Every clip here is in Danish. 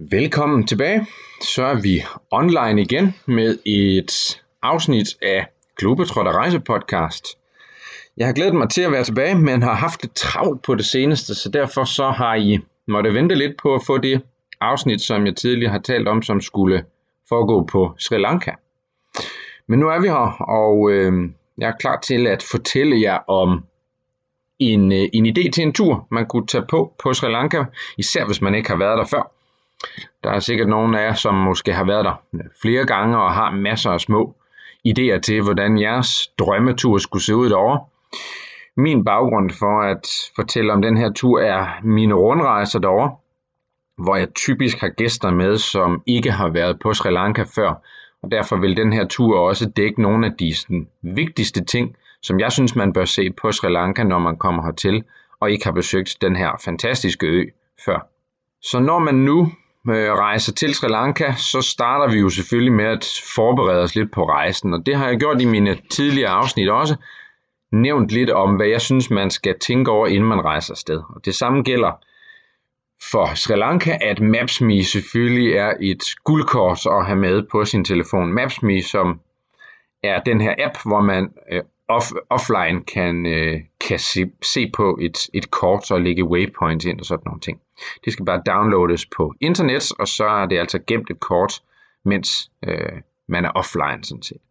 Velkommen tilbage. Så er vi online igen med et afsnit af Globetrotter Rejsepodcast. Jeg har glædet mig til at være tilbage, men har haft lidt travlt på det seneste, så derfor så har I måtte vente lidt på at få det afsnit, som jeg tidligere har talt om, som skulle foregå på Sri Lanka. Men nu er vi her, og jeg er klar til at fortælle jer om en idé til en tur, man kunne tage på Sri Lanka, især hvis man ikke har været der før. Der er sikkert nogen af jer, som måske har været der flere gange og har masser af små idéer til, hvordan jeres drømmetur skulle se ud derovre. Min baggrund for at fortælle om den her tur er mine rundrejser derovre, hvor jeg typisk har gæster med, som ikke har været på Sri Lanka før. Og derfor vil den her tur også dække nogle af de vigtigste ting, som jeg synes, man bør se på Sri Lanka, når man kommer hertil og ikke har besøgt den her fantastiske ø før. Så når man nu rejser til Sri Lanka, så starter vi jo selvfølgelig med at forberede os lidt på rejsen, og det har jeg gjort i mine tidligere afsnit også, nævnt lidt om, hvad jeg synes, man skal tænke over, inden man rejser afsted. Og det samme gælder for Sri Lanka, at Maps.me selvfølgelig er et guldkort at have med på sin telefon. Maps.me, som er den her app, hvor man offline kan se på et kort og lægge waypoints ind og sådan nogle ting. Det skal bare downloades på internet, og så er det altså gemt et kort, mens man er offline sådan set.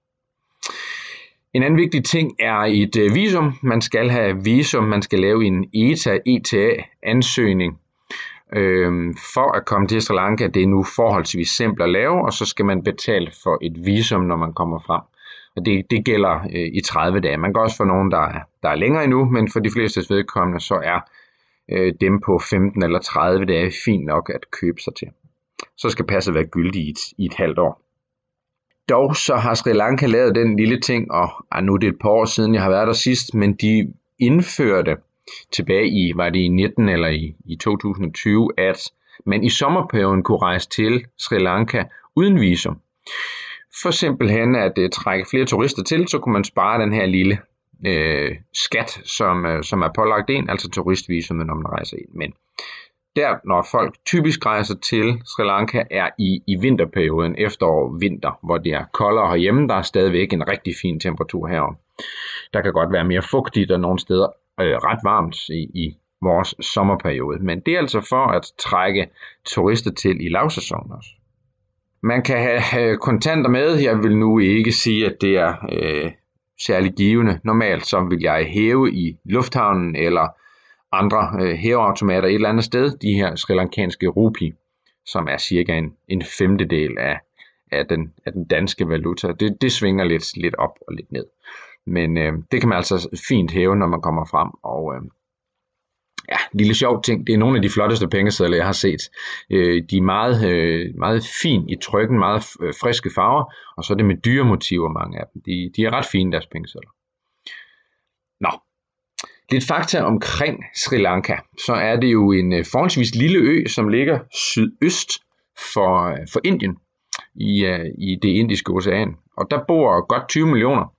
En anden vigtig ting er et visum. Man skal have visum, man skal lave en ETA-ansøgning for at komme til Sri Lanka. Det er nu forholdsvis simpelt at lave, og så skal man betale for et visum, når man kommer frem. Og det gælder i 30 dage. Man kan også få nogen, der er længere endnu, men for de fleste vedkommende, så er dem på 15 eller 30 dage fint nok at købe sig til. Så skal passet være gyldigt i et halvt år. Dog så har Sri Lanka lavet den lille ting, og nu er det et par år siden, jeg har været der sidst, men de indførte tilbage i, var det i 19 eller i 2020, at man i sommerperioden kunne rejse til Sri Lanka uden visum. For simpelthen at trække flere turister til, så kunne man spare den her lille skat, som er pålagt en, altså turistvisumet, når man rejser ind. Men der, når folk typisk rejser til Sri Lanka, er i vinterperioden, efterår, vinter, hvor det er koldere herhjemme. Der er stadigvæk en rigtig fin temperatur herovre. Der kan godt være mere fugtigt og nogle steder ret varmt i vores sommerperiode. Men det er altså for at trække turister til i lavsæsonen også. Man kan have kontanter med. Jeg vil nu ikke sige, at det er særlig givende. Normalt så vil jeg hæve i lufthavnen eller andre hæveautomater et eller andet sted. De her srilankanske rupi, som er cirka en femtedel af den danske valuta. Det svinger lidt op og lidt ned. Men det kan man altså fint hæve, når man kommer frem. Og lille sjov ting, det er nogle af de flotteste pengesedler, jeg har set. De er meget fin i trykken, meget friske farver, og så er det med dyremotiver, mange af dem. De er ret fine, deres pengesedler. Nå, lidt fakta omkring Sri Lanka. Så er det jo en forholdsvis lille ø, som ligger sydøst for Indien i det indiske ocean. Og der bor godt 20 millioner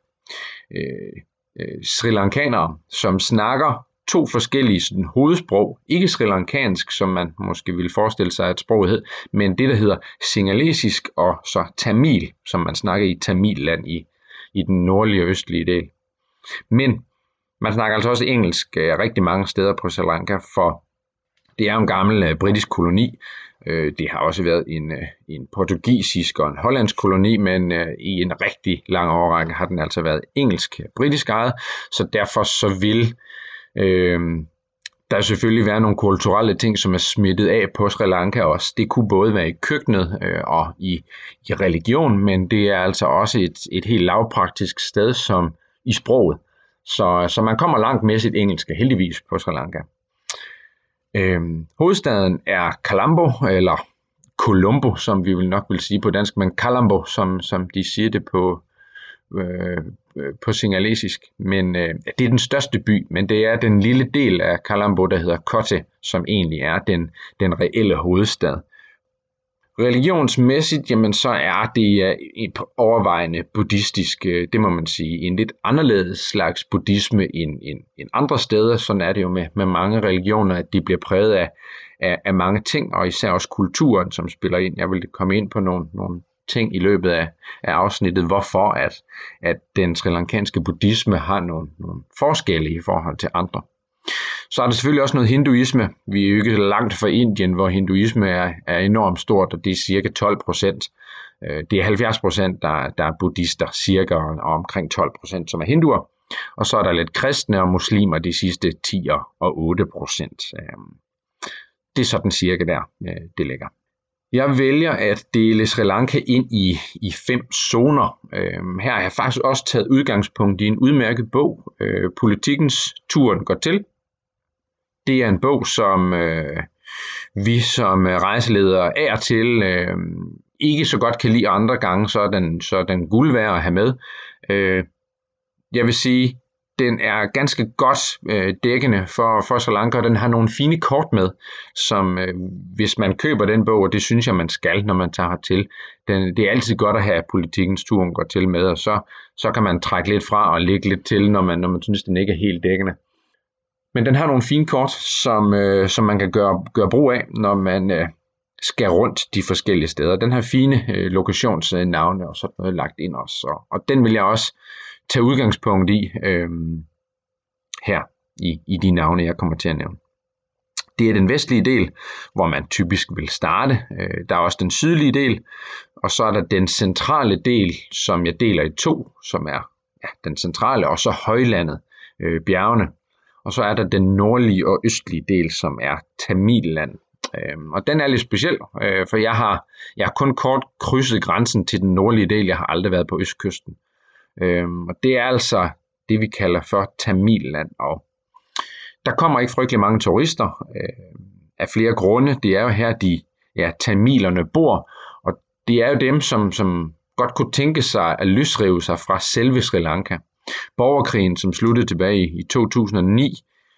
sri lankanere, som snakker 2 forskellige hovedsprog. Ikke srilankansk, som man måske ville forestille sig, at sproget hed, men det, der hedder singalesisk og så tamil, som man snakker i Tamilland i den nordlige og østlige del. Men man snakker altså også engelsk rigtig mange steder på Sri Lanka, for det er jo en gammel britisk koloni. Det har også været en portugisisk og en hollandsk koloni, men i en rigtig lang årrække har den altså været engelsk-britisk ejet, så derfor så vil der selvfølgelig være nogle kulturelle ting, som er smittet af på Sri Lanka også. Det kunne både være i køkkenet og i religion, men det er altså også et helt lavpraktisk sted som i sproget. Så man kommer langt med sit engelske, heldigvis, på Sri Lanka. Hovedstaden er Colombo, eller Colombo, som vi nok vil sige på dansk, men Colombo, som de siger det på singalesisk. Men det er den største by, men det er den lille del af Colombo, der hedder Kotte, som egentlig er den reelle hovedstad. Religionsmæssigt, jamen så er det et overvejende buddhistisk, det må man sige, en lidt anderledes slags buddhisme end andre steder. Sådan er det jo med mange religioner, at de bliver præget af mange ting, og især også kulturen, som spiller ind. Jeg vil komme ind på nogle ting i løbet af afsnittet, hvorfor at den srilankanske buddhisme har nogle forskelle i forhold til andre. Så er der selvfølgelig også noget hinduisme. Vi er jo ikke langt fra Indien, hvor hinduisme er enormt stort, og det er cirka 12%. Det er 70%, der er buddhister, cirka, og omkring 12%, som er hinduer. Og så er der lidt kristne og muslimer, de sidste 10 og 8%. Det er sådan cirka der, det ligger. Jeg vælger at dele Sri Lanka ind i 5 zoner. Her har jeg faktisk også taget udgangspunkt i en udmærket bog, Politikens Turen går til. Det er en bog, som vi som rejseledere er til ikke så godt kan lide andre gange, så er den guld værd at have med. Jeg vil sige, den er ganske godt dækkende for Sri Lanka, og den har nogle fine kort med, som hvis man køber den bog, og det synes jeg, man skal, når man tager hertil. Det er altid godt at have Politikens Turen går til med, og så kan man trække lidt fra og lægge lidt til, når man synes, den ikke er helt dækkende. Men den har nogle fine kort, som man kan gøre brug af, når man skal rundt de forskellige steder. Den har fine lokationsnavne og sådan noget lagt ind også, og den vil jeg også tage udgangspunkt i her i de navne, jeg kommer til at nævne. Det er den vestlige del, hvor man typisk vil starte. Der er også den sydlige del, og så er der den centrale del, som jeg deler i 2, som er den centrale, og så højlandet, bjergene. Og så er der den nordlige og østlige del, som er Tamilland. Og den er lidt speciel, for jeg har kun kort krydset grænsen til den nordlige del. Jeg har aldrig været på østkysten. Og det er altså det, vi kalder for Tamilland. Og der kommer ikke frygtelig mange turister af flere grunde. Det er jo her, tamilerne bor, og det er jo dem, som godt kunne tænke sig at løsrive sig fra selve Sri Lanka. Borgerkrigen, som sluttede tilbage i 2009,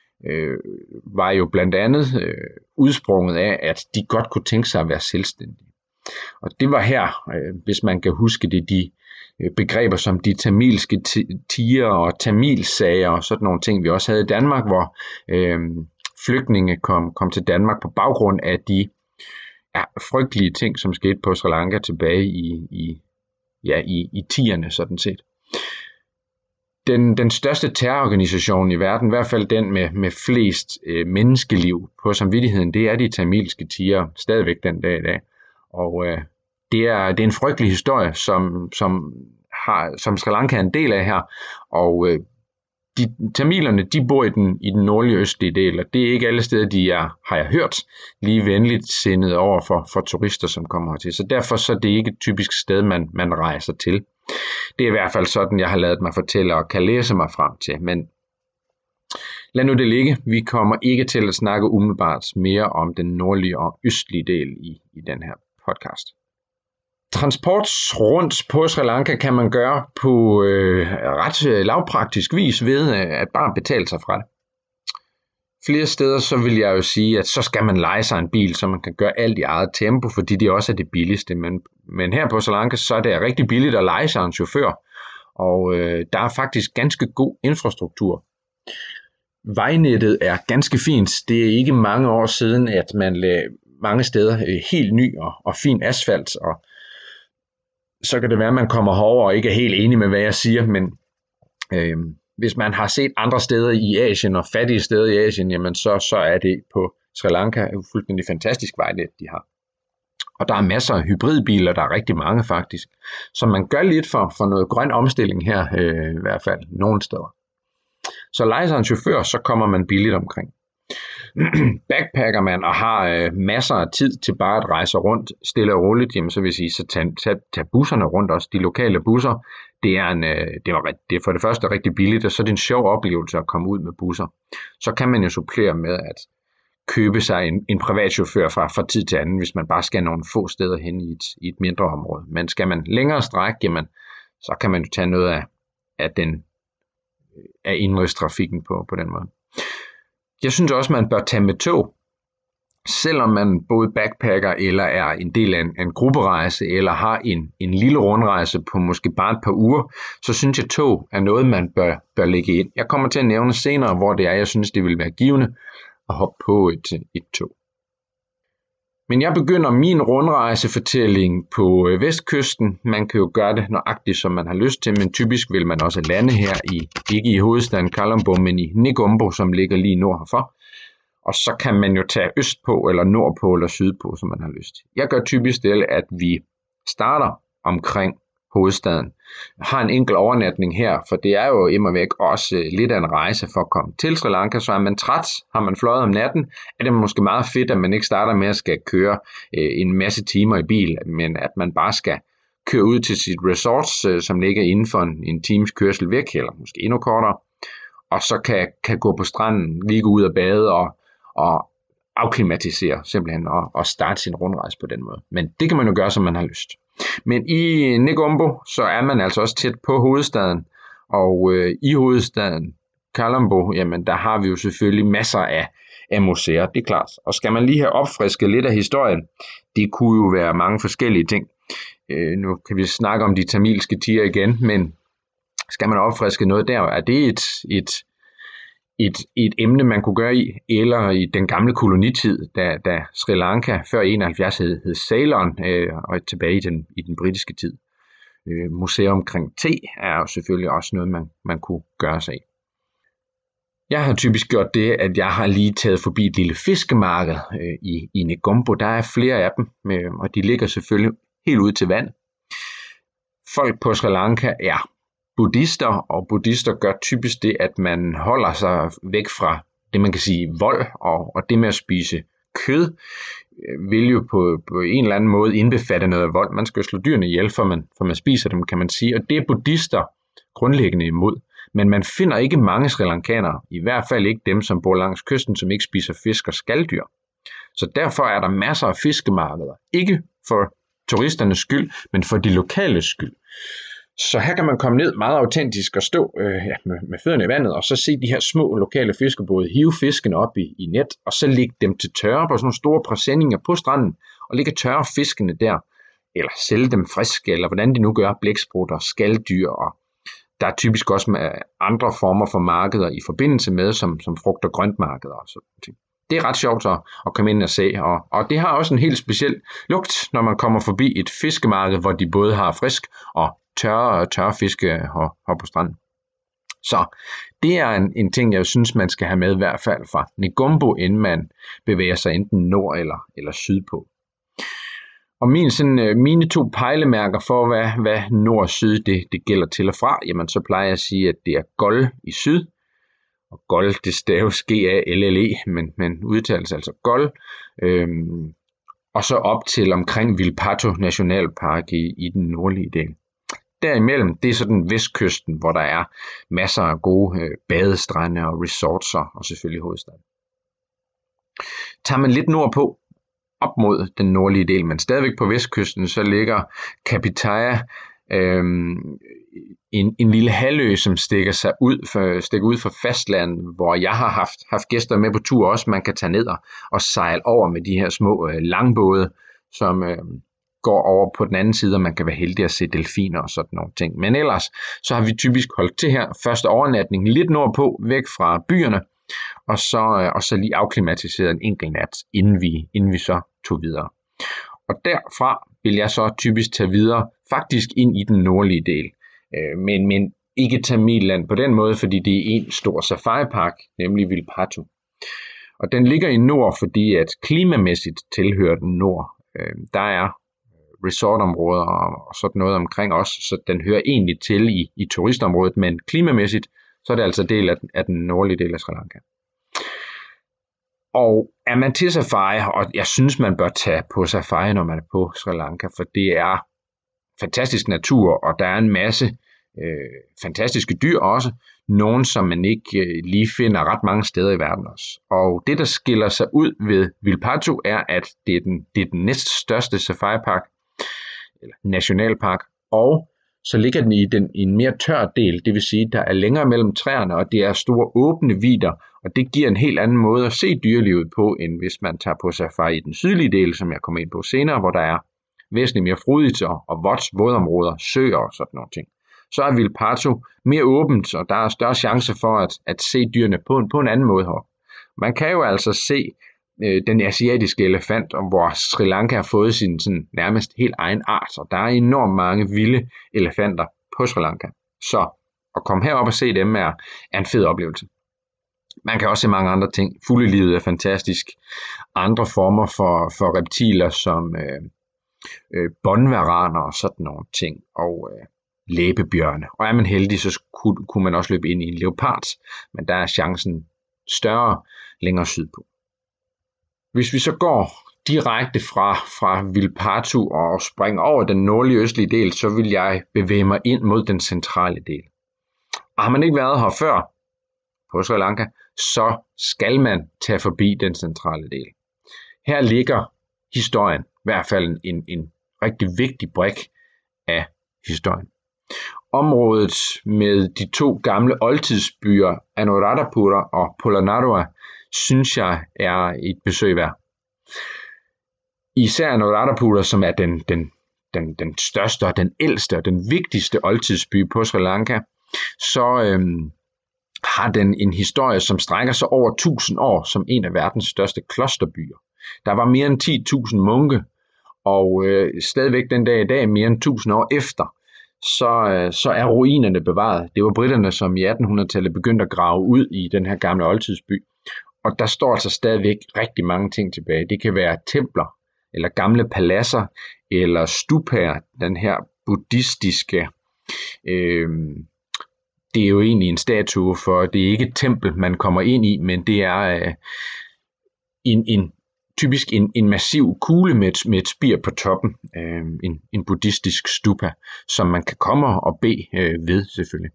var jo blandt andet udsprunget af, at de godt kunne tænke sig at være selvstændige. Og det var her, hvis man kan huske det, de begreber som de tamilske tiger og tamilsager og sådan nogle ting, vi også havde i Danmark, hvor flygtninge kom til Danmark på baggrund af de frygtelige ting, som skete på Sri Lanka tilbage i 10'erne sådan set. Den største terrororganisation i verden, i hvert fald den med flest menneskeliv på samvittigheden, det er de tamilske tiger, stadigvæk den dag i dag. Og det er en frygtelig historie, som Sri Lanka er en del af her. Og tamilerne, de bor i den nordlige østlige del, og det er ikke alle steder, de er, har jeg hørt, lige venligt sindet over for turister, som kommer hertil. Så derfor så er det ikke et typisk sted, man rejser til. Det er i hvert fald sådan, jeg har ladet mig fortælle og kan læse mig frem til. Men lad nu det ligge. Vi kommer ikke til at snakke umiddelbart mere om den nordlige og østlige del i den her podcast. Transport rundt på Sri Lanka kan man gøre på ret lavpraktisk vis ved at bare betale sig fra det. Flere steder så vil jeg jo sige, at så skal man leje sig en bil, så man kan gøre alt i eget tempo, fordi det også er det billigste. Men her på Sri Lanka, så er det rigtig billigt at leje sig en chauffør, og der er faktisk ganske god infrastruktur. Vejnettet er ganske fint. Det er ikke mange år siden, at man lagde mange steder helt ny og fin asfalt, og så kan det være, at man kommer herover og ikke er helt enig med, hvad jeg siger, men hvis man har set andre steder i Asien og fattige steder i Asien, jamen så er det på Sri Lanka et fuldstændig fantastisk vejnet, de har. Og der er masser af hybridbiler, der er rigtig mange faktisk, så man gør lidt for noget grøn omstilling her, i hvert fald nogle steder. Så lejer sig en chauffør, så kommer man billigt omkring. Backpacker man og har masser af tid til bare at rejse rundt stille og roligt, jamen så vil jeg sige, så tag busserne rundt også, de lokale busser. Det er for det første rigtig billigt, og så er det en sjov oplevelse at komme ud med busser. Så kan man jo supplere med at købe sig en privat chauffør fra tid til anden, hvis man bare skal nogle få steder hen i et mindre område. Men skal man længere strække, jamen så kan man jo tage noget af indenrigstrafikken på den måde. Jeg synes også, man bør tage med tog, selvom man både backpacker eller er en del af en grupperejse eller har en lille rundrejse på måske bare et par uger, så synes jeg, tog er noget, man bør lægge ind. Jeg kommer til at nævne senere, hvor det er, jeg synes, det vil være givende at hoppe på et tog. Men jeg begynder min rundrejsefortælling på vestkysten. Man kan jo gøre det nøjagtigt, som man har lyst til, men typisk vil man også lande her ikke i hovedstaden Colombo, men i Negombo, som ligger lige nord herfor. Og så kan man jo tage østpå, eller nordpå, eller sydpå, som man har lyst til. Jeg gør typisk det, at vi starter omkring hovedstaden. Jeg har en enkelt overnatning her, for det er jo immervæk også lidt af en rejse for at komme til Sri Lanka. Så er man træt, har man fløjet om natten, er det måske meget fedt, at man ikke starter med at skal køre en masse timer i bil, men at man bare skal køre ud til sit resort, som ligger inden for en times kørsel væk, eller måske endnu kortere, og så kan gå på stranden, lige gå ud og bade og afklimatisere simpelthen og starte sin rundrejse på den måde. Men det kan man jo gøre, som man har lyst. Men i Negombo, så er man altså også tæt på hovedstaden, og i hovedstaden Colombo, jamen der har vi jo selvfølgelig masser af museer, det er klart. Og skal man lige have opfrisket lidt af historien, det kunne jo være mange forskellige ting. Nu kan vi snakke om de tamilske tiger igen, men skal man opfriske noget der, er det et emne, man kunne gøre i, eller i den gamle kolonitid, da Sri Lanka før 71 hed Ceylon, og tilbage i den britiske tid. Museer omkring te er jo selvfølgelig også noget, man kunne gøre sig af. Jeg har typisk gjort det, at jeg har lige taget forbi et lille fiskemarked i Negombo. Der er flere af dem, og de ligger selvfølgelig helt ude til vand. Folk på Sri Lanka er buddhister, og buddhister gør typisk det, at man holder sig væk fra det, man kan sige vold, og det med at spise kød vil jo på en eller anden måde indbefatte noget vold. Man skal jo slå dyrene ihjel, for man spiser dem, kan man sige, og det er buddhister grundlæggende imod. Men man finder ikke mange sri lankanere, i hvert fald ikke dem, som bor langs kysten, som ikke spiser fisk og skaldyr. Så derfor er der masser af fiskemarkeder. Ikke for turisternes skyld, men for de lokale skyld. Så her kan man komme ned meget autentisk og stå med fødderne i vandet, og så se de her små lokale fiskebåde hive fiskene op i net, og så lægge dem til tørre på sådan nogle store præsendinger på stranden, og ligge tørre fiskene der, eller sælge dem friske, eller hvordan de nu gør, blæksprutter, skaldyr, og der er typisk også med andre former for markeder i forbindelse med, som frugt- og grøntmarkeder og sådan noget. Det er ret sjovt at komme ind og se, og det har også en helt speciel lugt, når man kommer forbi et fiskemarked, hvor de både har frisk og tørre fiske her på stranden. Så det er en ting, jeg synes, man skal have med i hvert fald fra Negombo, inden man bevæger sig enten nord eller sydpå. Og mine 2 pejlemærker for, hvad nord og syd det gælder til og fra, jamen så plejer jeg at sige, at det er Gol i syd, og Gol, det staves G-A-L-L-E, men udtales altså Gol, og så op til omkring Vilpato Nationalpark i den nordlige del. Derimellem, det er sådan vestkysten, hvor der er masser af gode badestrande og resorts og selvfølgelig hovedstaden. Tager man lidt nordpå, op mod den nordlige del, men stadigvæk på vestkysten, så ligger Kapitaya, en lille halvø, som stikker ud fra fastlandet, hvor jeg har haft gæster med på tur også. Man kan tage ned og sejle over med de her små langbåde, som går over på den anden side, og man kan være heldig at se delfiner og sådan nogle ting. Men ellers, så har vi typisk holdt til her. Første overnatning lidt nordpå, væk fra byerne, og så lige afklimatiseret en enkelt nat, inden vi så tog videre. Og derfra vil jeg så typisk tage videre, faktisk ind i den nordlige del. Men ikke Tamilland på den måde, fordi det er en stor safaripark, nemlig Vilpato. Og den ligger i nord, fordi at klimamæssigt tilhører den nord. Der er resortområder og sådan noget omkring os, så den hører egentlig til i turistområdet, men klimamæssigt, så er det altså del af den nordlige del af Sri Lanka. Og er man til safari, og jeg synes, man bør tage på safari, når man er på Sri Lanka, for det er fantastisk natur, og der er en masse fantastiske dyr også. Nogle, som man ikke lige finder ret mange steder i verden også. Og det, der skiller sig ud ved Vilpato, er, at det er den næststørste safaripark, eller nationalpark, og så ligger den i en mere tør del, det vil sige, der er længere mellem træerne, og det er store åbne vidder, og det giver en helt anden måde at se dyrelivet på, end hvis man tager på safari i den sydlige del, som jeg kommer ind på senere, hvor der er væsentligt mere frodigt og vådområder, søer og sådan nogle ting. Så er Vilpato mere åbent, og der er større chance for at se dyrene på en anden måde her. Man kan jo altså se den asiatiske elefant, og hvor Sri Lanka har fået sin sådan nærmest helt egen art, og der er enormt mange vilde elefanter på Sri Lanka. Så at komme herop og se dem er en fed oplevelse. Man kan også se mange andre ting. Fuglelivet er fantastisk. Andre former for reptiler som båndvaraner og sådan nogle ting, og læbebjørne. Og er man heldig, så kunne man også løbe ind i en leopard, men der er chancen større længere sydpå. Hvis vi så går direkte fra Vilpatu og springer over den nordlige østlige del, så vil jeg bevæge mig ind mod den centrale del. Og har man ikke været her før på Sri Lanka, så skal man tage forbi den centrale del. Her ligger historien, i hvert fald en rigtig vigtig brik af historien. Området med de to gamle oldtidsbyer, Anuradhapura og Polonnaruwa, synes jeg er et besøg værd. Især Anuradhapura, som er den største og den ældste og den vigtigste oldtidsby på Sri Lanka, så har den en historie, som strækker sig over 1000 år som en af verdens største klosterbyer. Der var mere end 10.000 munke, og stadigvæk den dag i dag, mere end 1000 år efter, så er ruinerne bevaret. Det var britterne, som i 1800-tallet begyndte at grave ud i den her gamle oldtidsby. Og der står altså stadigvæk rigtig mange ting tilbage. Det kan være templer, eller gamle paladser, eller stupaer, den her buddhistiske. Det er jo egentlig en statue, for det er ikke et tempel, man kommer ind i, men det er typisk en massiv kugle med et spir på toppen, en buddhistisk stupa, som man kan komme og bede ved selvfølgelig.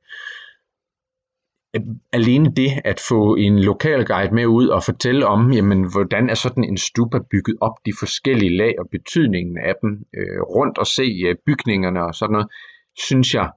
Alene det at få en lokal guide med ud og fortælle om, jamen, hvordan er sådan en stupa bygget op, de forskellige lag og betydningen af dem, rundt og se bygningerne og sådan noget, synes jeg,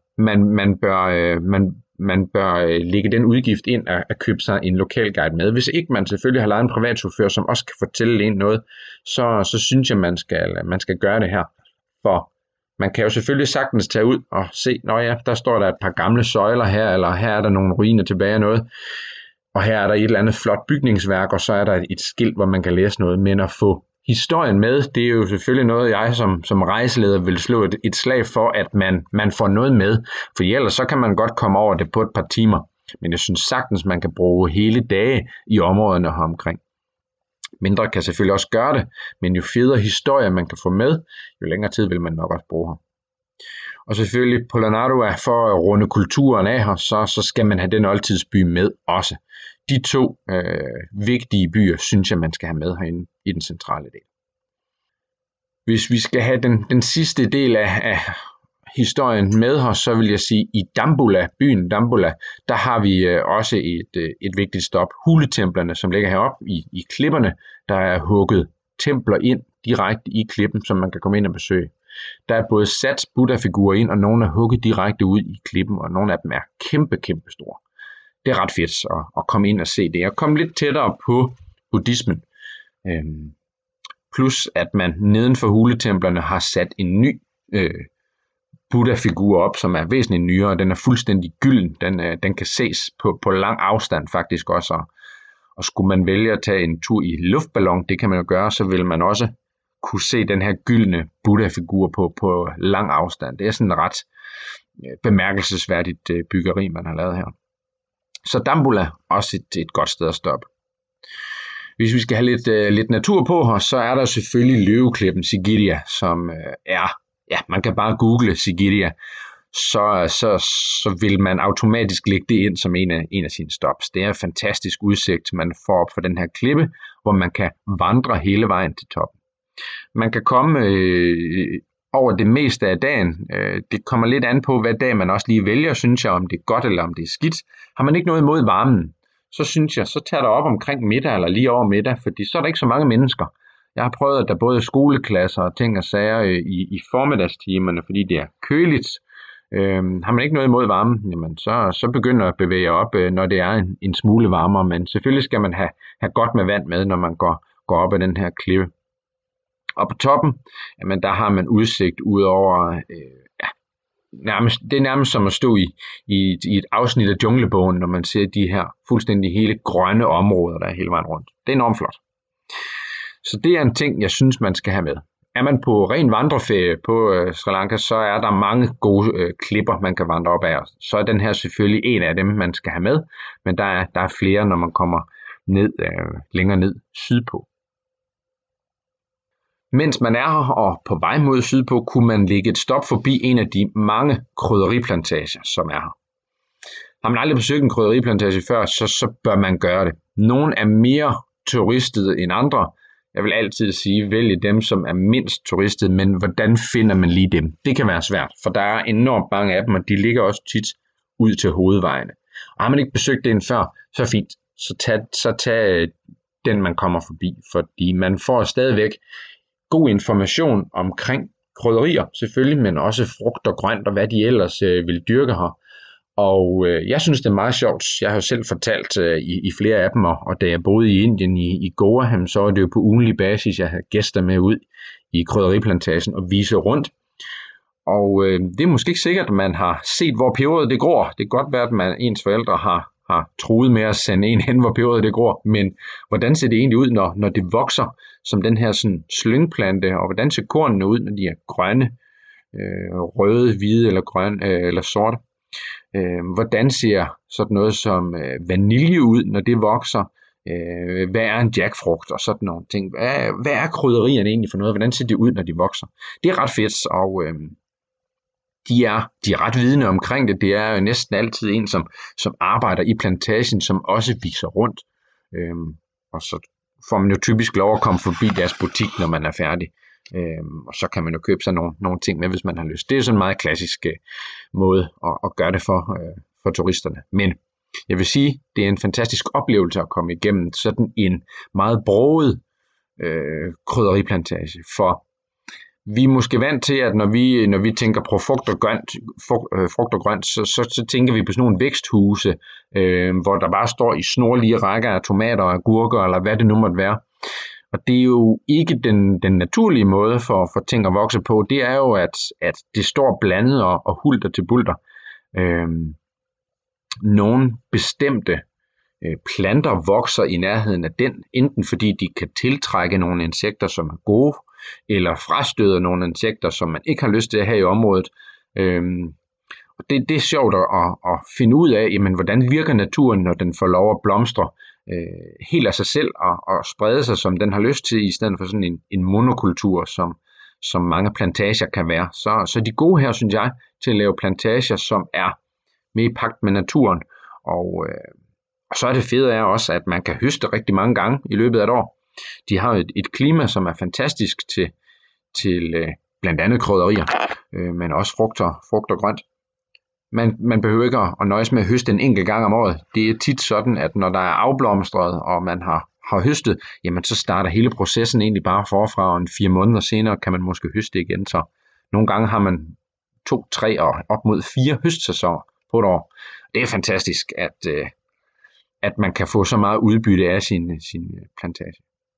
man bør lægge den udgift ind at købe sig en lokal guide med. Hvis ikke man selvfølgelig har lejet en privatchauffør, som også kan fortælle en noget, så synes jeg, man skal gøre det her. For man kan jo selvfølgelig sagtens tage ud og se, nå ja, der står der et par gamle søjler her, eller her er der nogle ruiner tilbage af noget, og her er der et eller andet flot bygningsværk, og så er der et skilt, hvor man kan læse noget. Men at få historien med, det er jo selvfølgelig noget, jeg som rejseleder vil slå et slag for, at man får noget med. For ellers så kan man godt komme over det på et par timer. Men jeg synes sagtens, man kan bruge hele dage i områderne heromkring. Mindre kan selvfølgelig også gøre det, men jo federe historier man kan få med, jo længere tid vil man nok også bruge her. Og selvfølgelig Polonnaruwa, for at runde kulturen af her, så skal man have den oldtidsby med også. De to vigtige byer, synes jeg, man skal have med herinde i den centrale del. Hvis vi skal have den sidste del af historien med her, så vil jeg sige, i Dambulla, byen Dambulla, der har vi også et vigtigt stop. Huletemplerne, som ligger heroppe i klipperne, der er hugget templer ind direkte i klippen, som man kan komme ind og besøge. Der er både sat Buddha-figurer ind, og nogle er hugget direkte ud i klippen, og nogle af dem er kæmpe store. Det er ret fedt at komme ind og se det, og komme lidt tættere på buddhismen. Plus at man neden for huletemplerne har sat en ny Buddha-figur op, som er væsentligt nyere. Den er fuldstændig gylden. Den kan ses på lang afstand faktisk også. Og skulle man vælge at tage en tur i luftballon, det kan man jo gøre, så vil man også kunne se den her gyldne Buddha-figur på lang afstand. Det er sådan et ret bemærkelsesværdigt byggeri, man har lavet her. Så Dambulla også et godt sted at stoppe. Hvis vi skal have lidt natur på her, så er der selvfølgelig løveklippen Sigiriya, som man kan bare google Sigiriya, så vil man automatisk lægge det ind som en af sine stops. Det er en fantastisk udsigt, man får op for den her klippe, hvor man kan vandre hele vejen til toppen. Man kan komme over det meste af dagen. Det kommer lidt an på, hvad dag man også lige vælger, synes jeg, om det er godt eller om det er skidt. Har man ikke noget imod varmen, så synes jeg, så tager der op omkring middag eller lige over middag, fordi så er der ikke så mange mennesker. Jeg har prøvet, at der både er skoleklasser og ting og sager i formiddagstimerne, fordi det er køligt. Har man ikke noget imod varmen, jamen så begynder at bevæge op, når det er en smule varmere. Men selvfølgelig skal man have godt med vand med, når man går op ad den her klippe. Og på toppen, jamen der har man udsigt ud over, det er nærmest som at stå i et afsnit af Junglebogen, når man ser de her fuldstændig hele grønne områder, der er hele vejen rundt. Det er enormt flot. Så det er en ting, jeg synes, man skal have med. Er man på ren vandreferie på Sri Lanka, så er der mange gode klipper, man kan vandre op af. Så er den her selvfølgelig en af dem, man skal have med, men der er flere, når man kommer længere ned sydpå. Mens man er her og på vej mod sydpå, kunne man lægge et stop forbi en af de mange krydderiplantager, som er her. Har man aldrig besøgt en krydderiplantage før, så bør man gøre det. Nogle er mere turistede end andre. Jeg vil altid sige, vælge dem, som er mindst turistede, men hvordan finder man lige dem? Det kan være svært, for der er enormt mange af dem, og de ligger også tit ud til hovedvejene. Og har man ikke besøgt den før, så er fint. Så tag den, man kommer forbi, fordi man får stadigvæk god information omkring krydderier selvfølgelig, men også frugt og grønt og hvad de ellers vil dyrke her. Og jeg synes, det er meget sjovt. Jeg har jo selv fortalt i flere af dem, og da jeg boede i Indien i Goa, så var det jo på ugenlig basis, jeg havde gæster med ud i krydderiplantagen og vise rundt. Og det er måske ikke sikkert, at man har set, hvor peberet det gror. Det kan godt være, at ens forældre har truet med at sende en hen, hvor peberet det gror. Men hvordan ser det egentlig ud, når det vokser som den her sådan slyngplante, og hvordan ser kornene ud, når de er grønne, røde, hvide eller grønne eller sorte? Hvordan ser sådan noget som vanilje ud, når det vokser? Hvad er en jackfrugt og sådan nogle ting? Hvad er krydderierne egentlig for noget? Hvordan ser det ud, når de vokser? Det er ret fedt, og de er ret vidende omkring det. Det er jo næsten altid en, som arbejder i plantagen, som også viser rundt. Og så får man jo typisk lov at komme forbi deres butik, når man er færdig. Og så kan man jo købe sig nogle ting med, hvis man har lyst. Det er sådan en meget klassisk måde at gøre det for turisterne. Men jeg vil sige, det er en fantastisk oplevelse at komme igennem sådan en meget broget krydderiplantage. For vi er måske vant til, at når vi tænker på frugt og grønt, så tænker vi på sådan nogle væksthuse, hvor der bare står i snorlige rækker af tomater og agurker, eller hvad det nu måtte være. Og det er jo ikke den naturlige måde for ting at vokse på. Det er jo, at det står blandet og hulter til bulter. Nogle bestemte planter vokser i nærheden af den, enten fordi de kan tiltrække nogle insekter, som er gode, eller frastøder nogle insekter, som man ikke har lyst til at have i området. Og det er sjovt at finde ud af, jamen, hvordan virker naturen, når den får lov at blomstre helt af sig selv og sprede sig, som den har lyst til, i stedet for sådan en monokultur, som mange plantager kan være. Så de gode her, synes jeg, til at lave plantager, som er med i pagt med naturen. Og så er det fede er også, at man kan høste rigtig mange gange i løbet af et år. De har et klima, som er fantastisk til blandt andet krydderier, men også frugt og grønt. Man behøver ikke at nøjes med at høste en enkelt gang om året. Det er tit sådan, at når der er afblomstret, og man har høstet, jamen så starter hele processen egentlig bare forfra, og 4 måneder senere kan man måske høste igen. Så nogle gange har man 2, 3 og op mod 4 høstsæsoner på et år. Det er fantastisk, at man kan få så meget udbytte af sin plantage.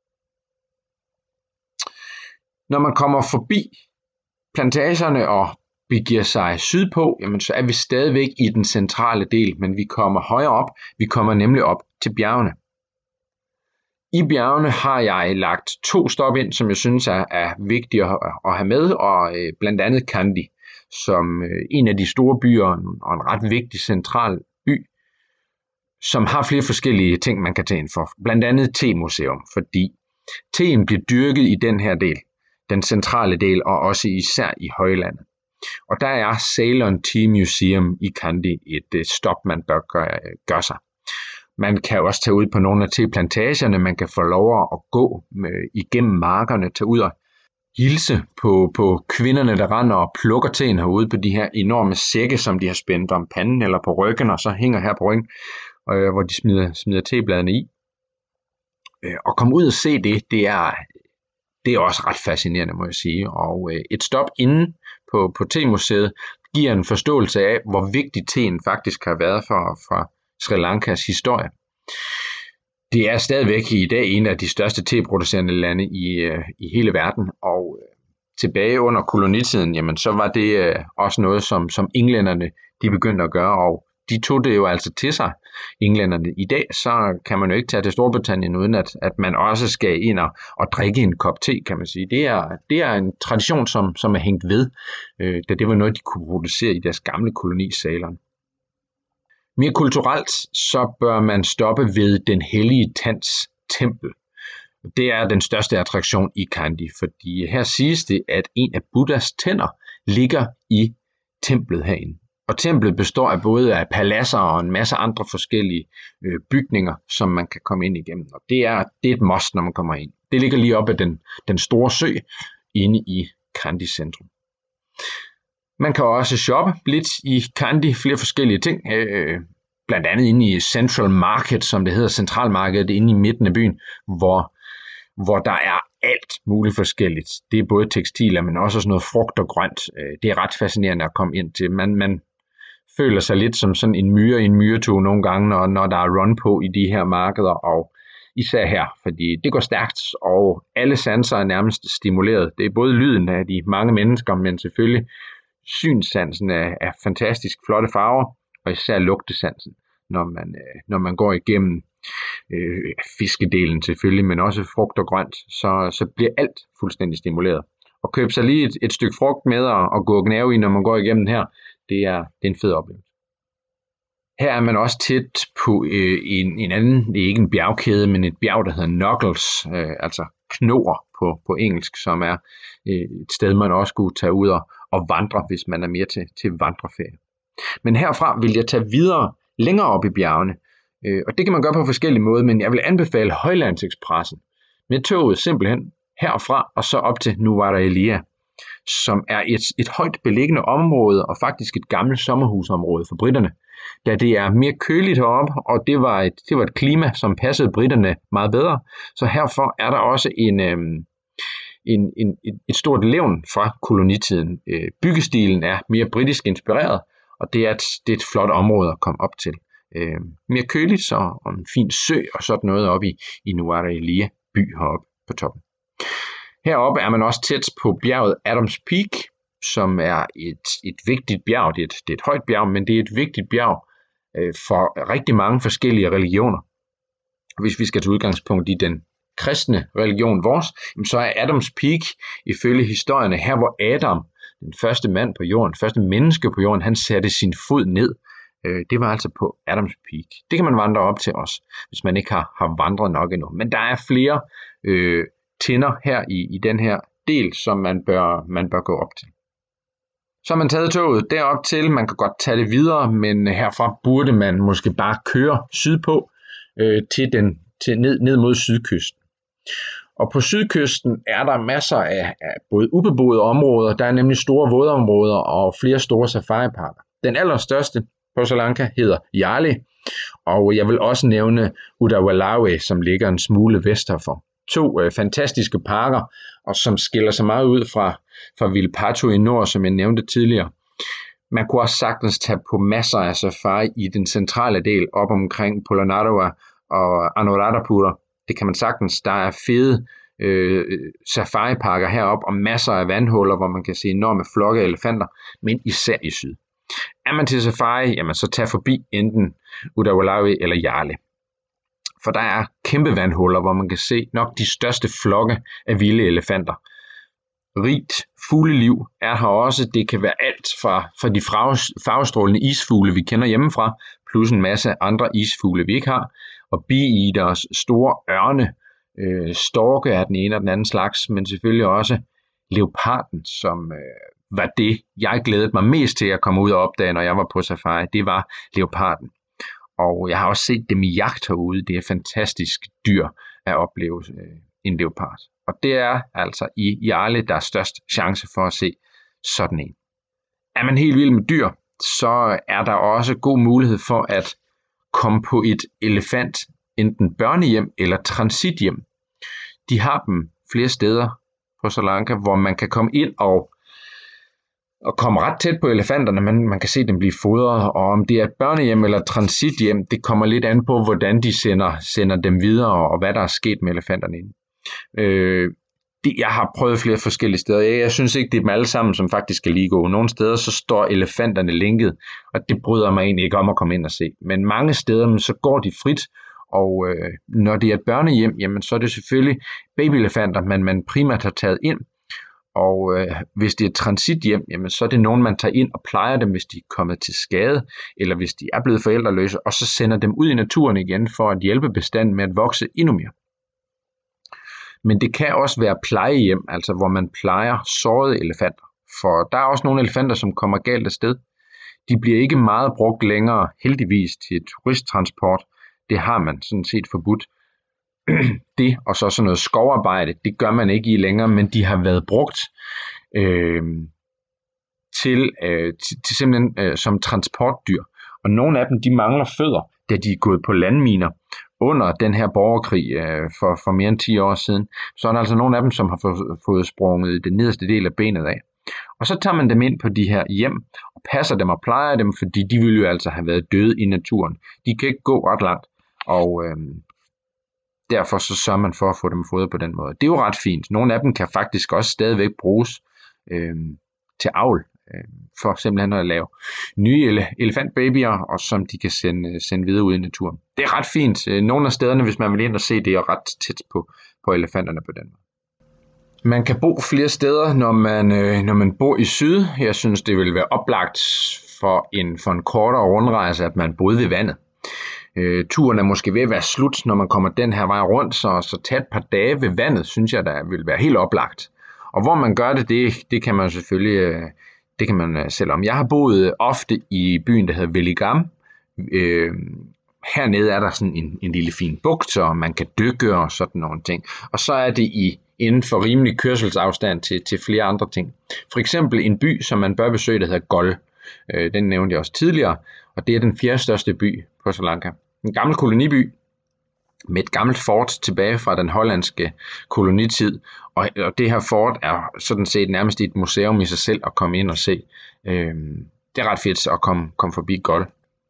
Når man kommer forbi plantagerne og begiver sig sydpå, jamen så er vi stadigvæk i den centrale del, men vi kommer højere op. Vi kommer nemlig op til bjergene. I bjergene har jeg lagt 2 stop ind, som jeg synes er vigtige at have med, og blandt andet Kandy, som en af de store byer og en ret vigtig central by, som har flere forskellige ting, man kan tage ind for. Blandt andet te-museum, fordi teen bliver dyrket i den her del, den centrale del, og også især i højlandet. Og der er Ceylon Tea Museum i Kandy et stop, man bør gøre sig. Man kan også tage ud på nogle af teplantagerne, man kan få lov at gå igennem markerne, tage ud og hilse på kvinderne, der render og plukker teen herude på de her enorme sække, som de har spændt om panden eller på ryggen, og så hænger her på ryggen, hvor de smider tebladene i. Og komme ud og se det er også ret fascinerende, må jeg sige. Og et stop inde på temuseet giver en forståelse af, hvor vigtig teen faktisk har været for Sri Lankas historie. Det er stadigvæk i dag en af de største teproducerende lande i hele verden, og tilbage under kolonitiden, jamen så var det også noget, som englænderne de begyndte at gøre, og de tog det jo altså til sig, englænderne. I dag, så kan man jo ikke tage til Storbritannien, uden at man også skal ind og drikke en kop te, kan man sige. Det er en tradition, som er hængt ved, da det var noget, de kunne producere i deres gamle koloni, Ceylon. Mere kulturelt, så bør man stoppe ved den hellige tands tempel. Det er den største attraktion i Kandy, fordi her siges det, at en af Buddhas tænder ligger i templet herinde. Og templet består af både af paladser og en masse andre forskellige bygninger, som man kan komme ind igennem. Og det er et must, når man kommer ind. Det ligger lige oppe af den store sø inde i Kandy centrum. Man kan også shoppe lidt i Kandy, flere forskellige ting. Blandt andet inde i Central Market, som det hedder, centralmarkedet inde i midten af byen, hvor der er alt muligt forskelligt. Det er både tekstiler, men også sådan noget frugt og grønt. Det er ret fascinerende at komme ind til. Man føler sig lidt som sådan en myre i en myretog nogle gange, når der er run på i de her markeder, og især her, fordi det går stærkt, og alle sanser er nærmest stimuleret. Det er både lyden af de mange mennesker, men selvfølgelig synssansen af fantastisk flotte farver, og især lugtesansen, når man går igennem fiskedelen selvfølgelig, men også frugt og grønt, så bliver alt fuldstændig stimuleret. Og købe sig lige et stykke frugt med og gå og gnave i, når man går igennem her, det er en fed oplevelse. Her er man også tæt på en anden, det er ikke en bjergkæde, men et bjerg, der hedder Knuckles, altså knor på engelsk, som er et sted, man også kunne tage ud og vandre, hvis man er mere til vandreferie. Men herfra vil jeg tage videre længere op i bjergene, og det kan man gøre på forskellige måder, men jeg vil anbefale Højlandsekspressen med toget simpelthen herfra og så op til Nuwara Eliya, som er et højt beliggende område og faktisk et gammelt sommerhusområde for britterne, da det er mere køligt heroppe, og det var et klima, som passede britterne meget bedre. Så herfor er der også et stort levn fra kolonitiden. Byggestilen er mere britisk inspireret, og det er et flot område at komme op til. Mere køligt så, og en fin sø og sådan noget oppe i Nuwara Eliya by heroppe på toppen. Heroppe er man også tæt på bjerget Adams Peak, som er et vigtigt bjerg. Det er et højt bjerg, men det er et vigtigt bjerg for rigtig mange forskellige religioner. Hvis vi skal tage udgangspunkt i den kristne religion vores, så er Adams Peak ifølge historierne her, hvor Adam, den første mand på jorden, første menneske på jorden, han satte sin fod ned. Det var altså på Adams Peak. Det kan man vandre op til også, hvis man ikke har vandret nok endnu. Men der er flere tinder her i den her del, som man bør gå op til. Så har man taget toget derop til. Man kan godt tage det videre, men herfra burde man måske bare køre sydpå ned mod sydkysten. Og på sydkysten er der masser af både ubeboede områder, der er nemlig store vådområder og flere store safariparker. Den allerstørste på Sri Lanka hedder Yali, og jeg vil også nævne Udawalawe, som ligger en smule vest herfor. 2 fantastiske parker, og som skiller sig meget ud fra Vilpatu i nord, som jeg nævnte tidligere. Man kunne også sagtens tage på masser af safari i den centrale del, op omkring Polonnaruwa og Anuradhapura. Det kan man sagtens. Der er fede safariparker heroppe, og masser af vandhuller, hvor man kan se enorme flokke af elefanter, men især i syd. Er man til safari, jamen så tag forbi enten Udawalawe eller Yali. For der er kæmpe vandhuller, hvor man kan se nok de største flokke af vilde elefanter. Rigt fugleliv er her også. Det kan være alt fra de farvestrålende isfugle, vi kender hjemmefra, plus en masse andre isfugle, vi ikke har. Og bee-eaters, store ørne, storke er den ene og den anden slags, men selvfølgelig også leoparden, som var det, jeg glædede mig mest til at komme ud og opdage, når jeg var på safari. Det var leoparden. Og jeg har også set dem i jagt herude. Det er fantastisk dyr at opleve en leopard. Og det er altså i Yali, der er størst chance for at se sådan en. Er man helt vild med dyr, så er der også god mulighed for at komme på et elefant, enten børnehjem eller transithjem. De har dem flere steder på Sri Lanka, hvor man kan komme ind og komme ret tæt på elefanterne, men man kan se dem blive fodret, og om det er et børnehjem eller transithjem, det kommer lidt an på, hvordan de sender dem videre, og hvad der er sket med elefanterne inde. Jeg har prøvet flere forskellige steder. Jeg synes ikke, det er dem alle sammen, som faktisk skal lige gå. Nogle steder, så står elefanterne linket, og det bryder mig egentlig ikke om at komme ind og se. Men mange steder, så går de frit, og når det er et børnehjem, jamen, så er det selvfølgelig babyelefanter, man primært har taget ind. Og hvis det er et transithjem, jamen, så er det nogen, man tager ind og plejer dem, hvis de er kommet til skade, eller hvis de er blevet forældreløse, og så sender dem ud i naturen igen for at hjælpe bestanden med at vokse endnu mere. Men det kan også være plejehjem, altså hvor man plejer sårede elefanter. For der er også nogle elefanter, som kommer galt af sted. De bliver ikke meget brugt længere, heldigvis, til turisttransport. Det har man sådan set forbudt. Det og så sådan noget skovarbejde, det gør man ikke i længere, men de har været brugt til simpelthen som transportdyr. Og nogle af dem, de mangler fødder, da de er gået på landminer under den her borgerkrig for mere end 10 år siden. Så er der altså nogle af dem, som har fået sprunget den nederste del af benet af. Og så tager man dem ind på de her hjem og passer dem og plejer dem, fordi de ville jo altså have været døde i naturen. De kan ikke gå ret langt, og derfor så sørger man for at få dem fodret på den måde. Det er jo ret fint. Nogle af dem kan faktisk også stadigvæk bruges til avl, for simpelthen at lave nye elefantbabyer, og som de kan sende videre ud i naturen. Det er ret fint. Nogle af stederne, hvis man vil ind og se, det er ret tæt på elefanterne på den måde. Man kan bo flere steder, når man bor i syd. Jeg synes, det vil være oplagt for en kortere rundrejse, at man boede ved vandet. Turen er måske ved at være slut, når man kommer den her vej rundt, så tag et par dage ved vandet, synes jeg, der vil være helt oplagt. Og hvor man gør det kan man selvfølgelig, det kan man selv om. Jeg har boet ofte i byen, der hedder Veligam. Hernede er der sådan en lille fin bugt, og man kan dykke og sådan nogle ting. Og så er det inden for rimelig kørselsafstand til flere andre ting. For eksempel en by, som man bør besøge, der hedder Gol. Den nævnte jeg også tidligere, og det er den 4. største by på Sri Lanka. En gammel koloniby med et gammelt fort tilbage fra den hollandske kolonitid, og det her fort er sådan set nærmest et museum i sig selv at komme ind og se. Det er ret fedt at komme forbi Gol.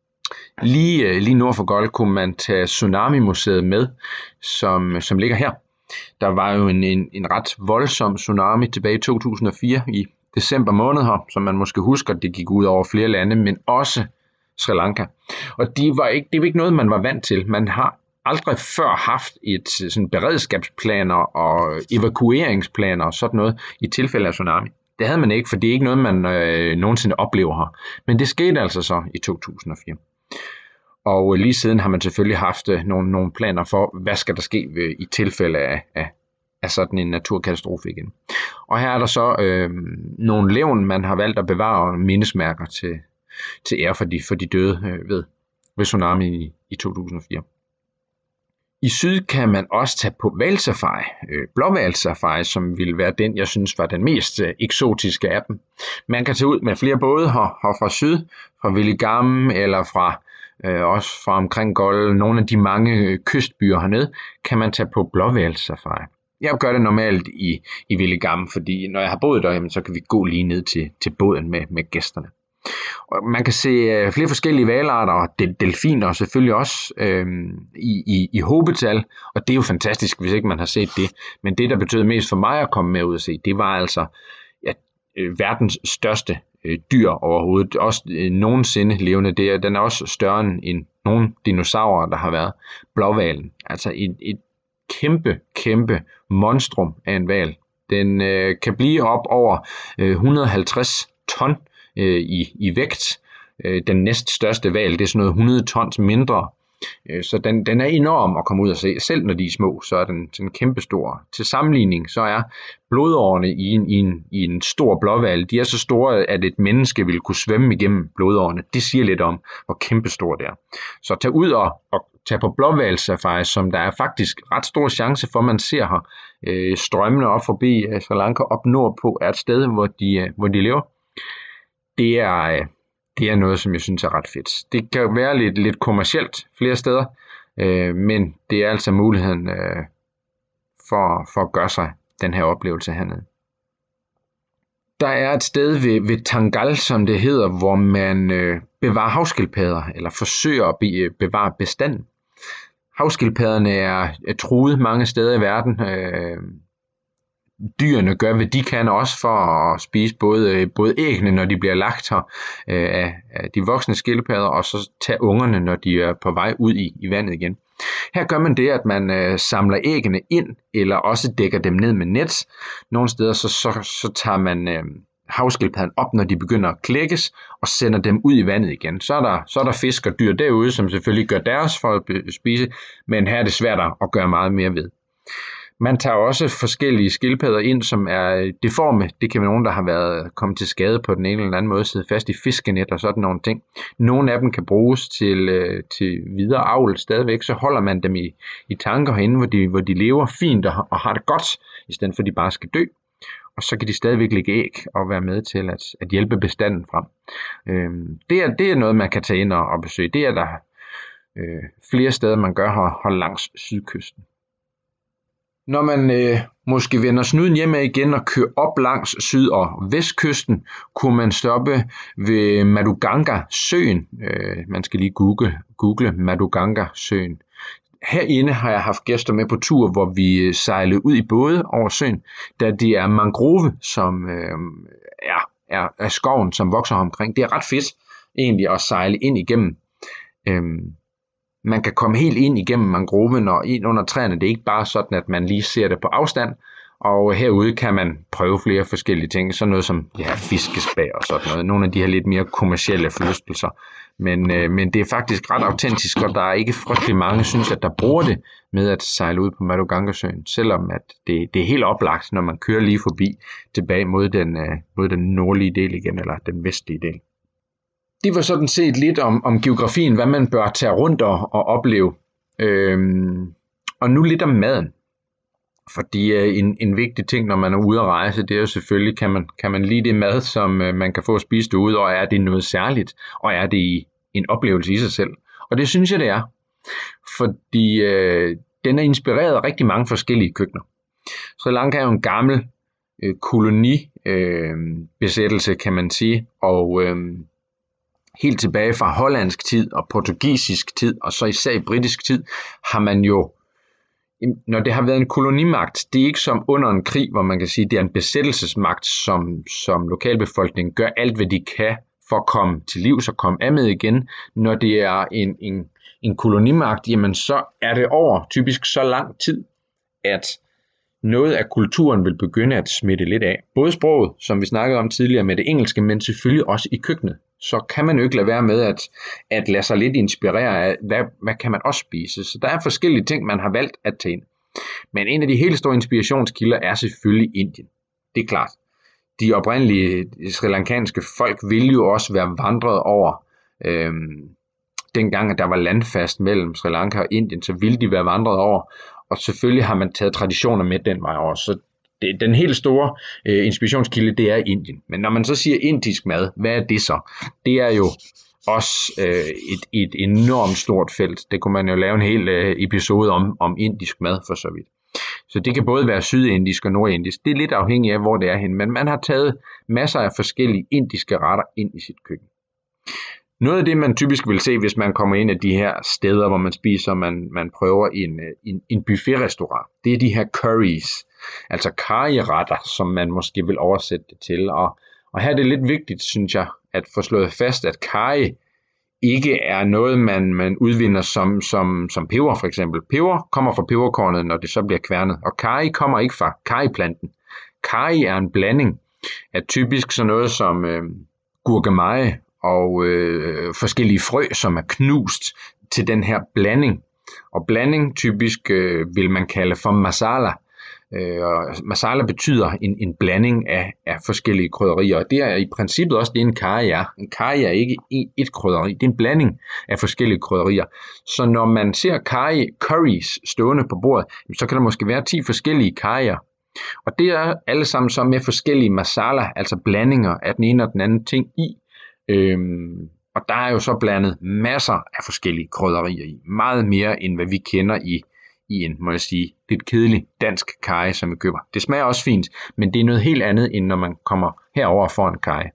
Lige nord for Gol kunne man tage Tsunami-museet med, som ligger her. Der var jo en ret voldsom tsunami tilbage i 2004 i december måned her, som man måske husker, det gik ud over flere lande, men også Sri Lanka. Og det var ikke noget, man var vant til. Man har aldrig før haft et sådan beredskabsplaner og evakueringsplaner og sådan noget i tilfælde af tsunami. Det havde man ikke, for det er ikke noget, man nogensinde oplever her. Men det skete altså så i 2004. Og lige siden har man selvfølgelig haft nogle planer for, hvad skal der ske i tilfælde af sådan en naturkatastrofe igen. Og her er der så nogle levn, man har valgt at bevare mindesmærker til ære for de døde ved tsunami i 2004. I syd kan man også tage på hvalsafari, blåhvalsafari, som ville være den, jeg synes var den mest eksotiske af dem. Man kan tage ud med flere både her fra syd, fra Veligam eller også fra omkring Gol, nogle af de mange kystbyer hernede, kan man tage på blåhvalsafari. Jeg gør det normalt i Veligam, fordi når jeg har boet der, jamen, så kan vi gå lige ned til båden med gæsterne. Og man kan se flere forskellige hvalarter, og delfiner selvfølgelig også i hobetal, og det er jo fantastisk, hvis ikke man har set det. Men det, der betød mest for mig at komme med ud og se, det var altså verdens største dyr overhovedet. Også nogensinde levende. Den er også større end nogle dinosaurer, der har været. Blåhvalen. Altså et kæmpe monstrum af en hval. Den kan blive op over 150 ton i vægt. Den næststørste hval, det er sådan noget 100 tons mindre. Så den er enorm at komme ud og se. Selv når de er små, så er den kæmpestor. Til sammenligning, så er blodårene i en stor blåhval, de er så store, at et menneske vil kunne svømme igennem blodårene. Det siger lidt om, hvor kæmpestor det er. Så tag ud og tag på blåhvalsafari, som der er faktisk ret stor chance for, man ser her. Strømmene op forbi Sri Lanka, op nordpå, er et sted, hvor de lever. Det er noget, som jeg synes er ret fedt. Det kan være lidt kommercielt flere steder, men det er altså muligheden for at gøre sig den her oplevelse hernede. Der er et sted ved Tangal, som det hedder, hvor man bevarer havskildpadder, eller forsøger at bevare bestanden. Havskildpadderne er truet mange steder i verden. dyrene gør, hvad de kan også for at spise både æggene, når de bliver lagt her af de voksne skildpadder, og så tage ungerne, når de er på vej ud i vandet igen. Her gør man det, at man samler æggene ind, eller også dækker dem ned med net. Nogle steder så tager man havskildpadden op, når de begynder at klækkes, og sender dem ud i vandet igen. Så er der fisk og dyr derude, som selvfølgelig gør deres for at spise, men her er det svært at gøre meget mere ved. Man tager også forskellige skildpadder ind, som er deforme. Det kan være nogen, der har været kommet til skade på den ene eller anden måde, sidde fast i fiskenet og sådan nogle ting. Nogle af dem kan bruges til videre avl stadigvæk, så holder man dem i tanker herinde, hvor de lever fint og har det godt, i stedet for at de bare skal dø. Og så kan de stadigvæk lægge æg og være med til at hjælpe bestanden frem. Det er noget, man kan tage ind og besøge. Det er der flere steder, man gør her langs sydkysten. Når man måske vender snuden hjemme igen og kører op langs syd- og vestkysten, kunne man stoppe ved Maduganga-søen. Man skal lige google Maduganga-søen. Herinde har jeg haft gæster med på tur, hvor vi sejlede ud i både over søen, da det er mangrove, som er skoven, som vokser omkring. Det er ret fedt egentlig at sejle ind igennem. Man kan komme helt ind igennem mangroven og ind under træerne. Det er ikke bare sådan, at man lige ser det på afstand. Og herude kan man prøve flere forskellige ting. Sådan noget som fiskespær og sådan noget. Nogle af de her lidt mere kommercielle forlystelser. Men det er faktisk ret autentisk, og der er ikke frygtelig mange, synes at der bruger det med at sejle ud på Maduganga-søen. Selvom at det er helt oplagt, når man kører lige forbi tilbage mod den nordlige del igen, eller den vestlige del. Det var sådan set lidt om geografien, hvad man bør tage rundt og opleve. Og nu lidt om maden. Fordi en vigtig ting, når man er ude at rejse, det er jo selvfølgelig, kan man lide det mad, som man kan få at spise derude, og er det noget særligt, og er det en oplevelse i sig selv. Og det synes jeg, det er. Fordi den er inspireret af rigtig mange forskellige køkkener. Sri Lanka er jo en gammel kolonibesættelse, kan man sige, og helt tilbage fra hollandsk tid og portugisisk tid, og så især i britisk tid, har man jo, når det har været en kolonimagt, det er ikke som under en krig, hvor man kan sige, det er en besættelsesmagt, som lokalbefolkningen gør alt, hvad de kan for at komme til livs og komme af med igen. Når det er en kolonimagt, jamen så er det over typisk så lang tid, at noget af kulturen vil begynde at smitte lidt af. Både sproget, som vi snakkede om tidligere med det engelske, men selvfølgelig også i køkkenet. Så kan man jo ikke lade være med at lade sig lidt inspirere af, hvad kan man også spise. Så der er forskellige ting, man har valgt at tage ind. Men en af de helt store inspirationskilder er selvfølgelig Indien. Det er klart. De oprindelige srilankanske folk ville jo også være vandret over, dengang at der var landfast mellem Sri Lanka og Indien, så ville de være vandret over. Og selvfølgelig har man taget traditioner med den vej over. Så den helt store inspirationskilde, det er Indien. Men når man så siger indisk mad, hvad er det så? Det er jo også et enormt stort felt. Det kunne man jo lave en hel episode om indisk mad for så vidt. Så det kan både være sydindisk og nordindisk. Det er lidt afhængigt af, hvor det er henne. Men man har taget masser af forskellige indiske retter ind i sit køkken. Noget af det, man typisk vil se, hvis man kommer ind af de her steder, hvor man spiser, man prøver en buffetrestaurant, det er de her curries, altså curryretter, som man måske vil oversætte det til. Og her er det lidt vigtigt, synes jeg, at få slået fast, at curry ikke er noget, man udvinder som peber for eksempel. Peber kommer fra peberkornet, når det så bliver kværnet, og curry kommer ikke fra curryplanten. Curry er en blanding af typisk sådan noget som gurkemeje, og forskellige frø, som er knust til den her blanding. Og blanding typisk vil man kalde for masala. Og masala betyder en blanding af forskellige krydderier, og det er i princippet også det, en curry er. En curry er ikke et krydderi, det er en blanding af forskellige krydderier. Så når man ser curries stående på bordet, så kan der måske være 10 forskellige curryer. Og det er alle sammen så med forskellige masala, altså blandinger af den ene og den anden ting i. Og der er jo så blandet masser af forskellige krydderier i. Meget mere end hvad vi kender i en, må jeg sige, lidt kedelig dansk karry, som vi køber. Det smager også fint, men det er noget helt andet, end når man kommer herover for en karry.